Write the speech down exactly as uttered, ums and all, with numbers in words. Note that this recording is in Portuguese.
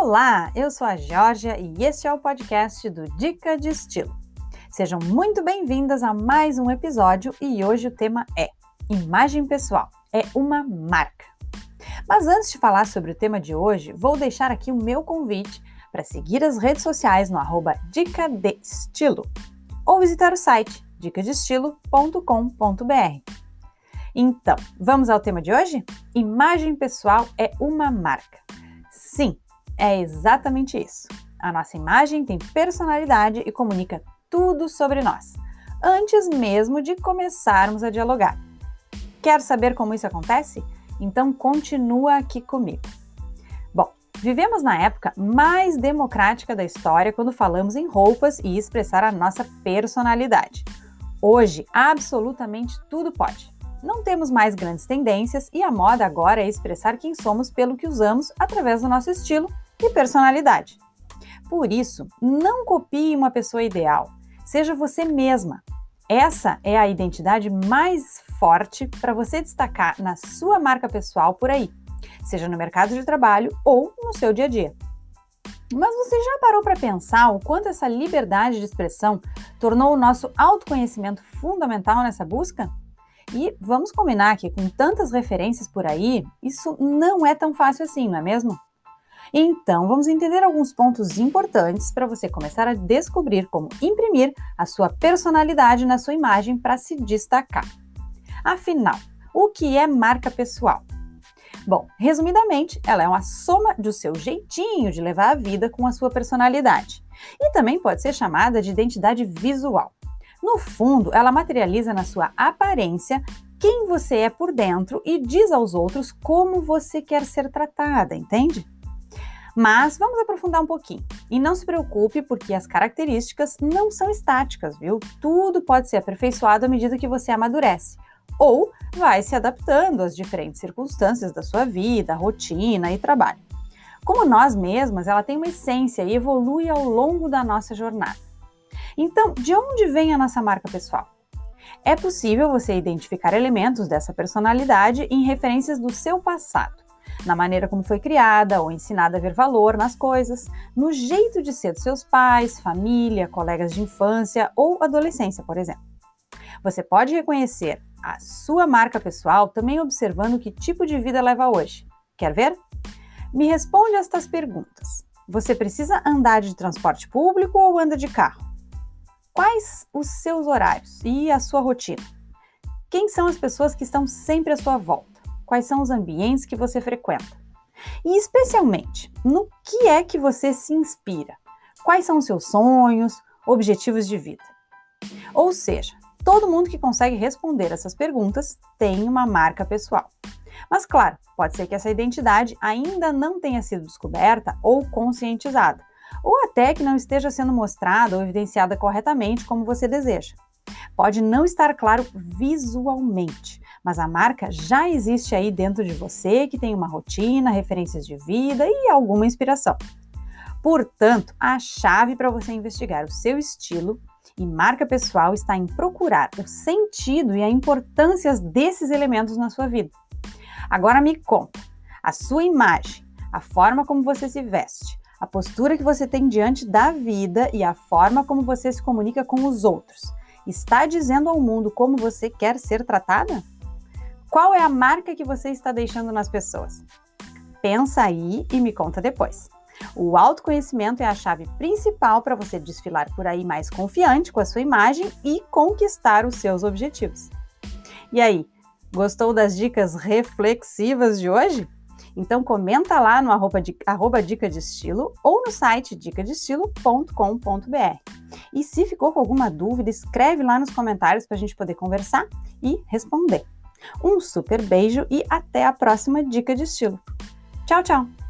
Olá, eu sou a Georgia e este é o podcast do Dica de Estilo. Sejam muito bem-vindas a mais um episódio e hoje o tema é Imagem pessoal é uma marca. Mas antes de falar sobre o tema de hoje, vou deixar aqui o meu convite para seguir as redes sociais no arroba Dica de Estilo ou visitar o site dica de estilo ponto com ponto b r. Então, vamos ao tema de hoje? Imagem pessoal é uma marca. Sim, é exatamente isso. A nossa imagem tem personalidade e comunica tudo sobre nós, antes mesmo de começarmos a dialogar. Quer saber como isso acontece? Então continua aqui comigo. Bom, vivemos na época mais democrática da história quando falamos em roupas e expressar a nossa personalidade. Hoje, absolutamente tudo pode. Não temos mais grandes tendências e a moda agora é expressar quem somos pelo que usamos através do nosso estilo e personalidade. Por isso, não copie uma pessoa ideal. Seja você mesma. Essa é a identidade mais forte para você destacar na sua marca pessoal por aí, seja no mercado de trabalho ou no seu dia a dia. Mas você já parou para pensar o quanto essa liberdade de expressão tornou o nosso autoconhecimento fundamental nessa busca? E vamos combinar que com tantas referências por aí, isso não é tão fácil assim, não é mesmo? Então, vamos entender alguns pontos importantes para você começar a descobrir como imprimir a sua personalidade na sua imagem para se destacar. Afinal, o que é marca pessoal? Bom, resumidamente, ela é uma soma do seu jeitinho de levar a vida com a sua personalidade. E também pode ser chamada de identidade visual. No fundo, ela materializa na sua aparência quem você é por dentro e diz aos outros como você quer ser tratada, entende? Mas vamos aprofundar um pouquinho. E não se preocupe porque as características não são estáticas, viu? Tudo pode ser aperfeiçoado à medida que você amadurece. Ou vai se adaptando às diferentes circunstâncias da sua vida, rotina e trabalho. Como nós mesmas, ela tem uma essência e evolui ao longo da nossa jornada. Então, de onde vem a nossa marca pessoal? É possível você identificar elementos dessa personalidade em referências do seu passado, na maneira como foi criada ou ensinada a ver valor nas coisas, no jeito de ser dos seus pais, família, colegas de infância ou adolescência, por exemplo. Você pode reconhecer a sua marca pessoal também observando que tipo de vida leva hoje. Quer ver? Me responde estas perguntas. Você precisa andar de transporte público ou anda de carro? Quais os seus horários e a sua rotina? Quem são as pessoas que estão sempre à sua volta? Quais são os ambientes que você frequenta? E especialmente, no que é que você se inspira? Quais são os seus sonhos, objetivos de vida? Ou seja, todo mundo que consegue responder essas perguntas tem uma marca pessoal. Mas claro, pode ser que essa identidade ainda não tenha sido descoberta ou conscientizada, ou até que não esteja sendo mostrada ou evidenciada corretamente como você deseja. Pode não estar claro visualmente, mas a marca já existe aí dentro de você, que tem uma rotina, referências de vida e alguma inspiração. Portanto, a chave para você investigar o seu estilo e marca pessoal está em procurar o sentido e a importância desses elementos na sua vida. Agora me conta, a sua imagem, a forma como você se veste, a postura que você tem diante da vida e a forma como você se comunica com os outros, está dizendo ao mundo como você quer ser tratada? Qual é a marca que você está deixando nas pessoas? Pensa aí e me conta depois. O autoconhecimento é a chave principal para você desfilar por aí mais confiante com a sua imagem e conquistar os seus objetivos. E aí, gostou das dicas reflexivas de hoje? Então comenta lá no arroba, arroba Dica de Estilo ou no site dica de estilo ponto com ponto b r. E se ficou com alguma dúvida, escreve lá nos comentários para a gente poder conversar e responder. Um super beijo e até a próxima Dica de Estilo. Tchau, tchau!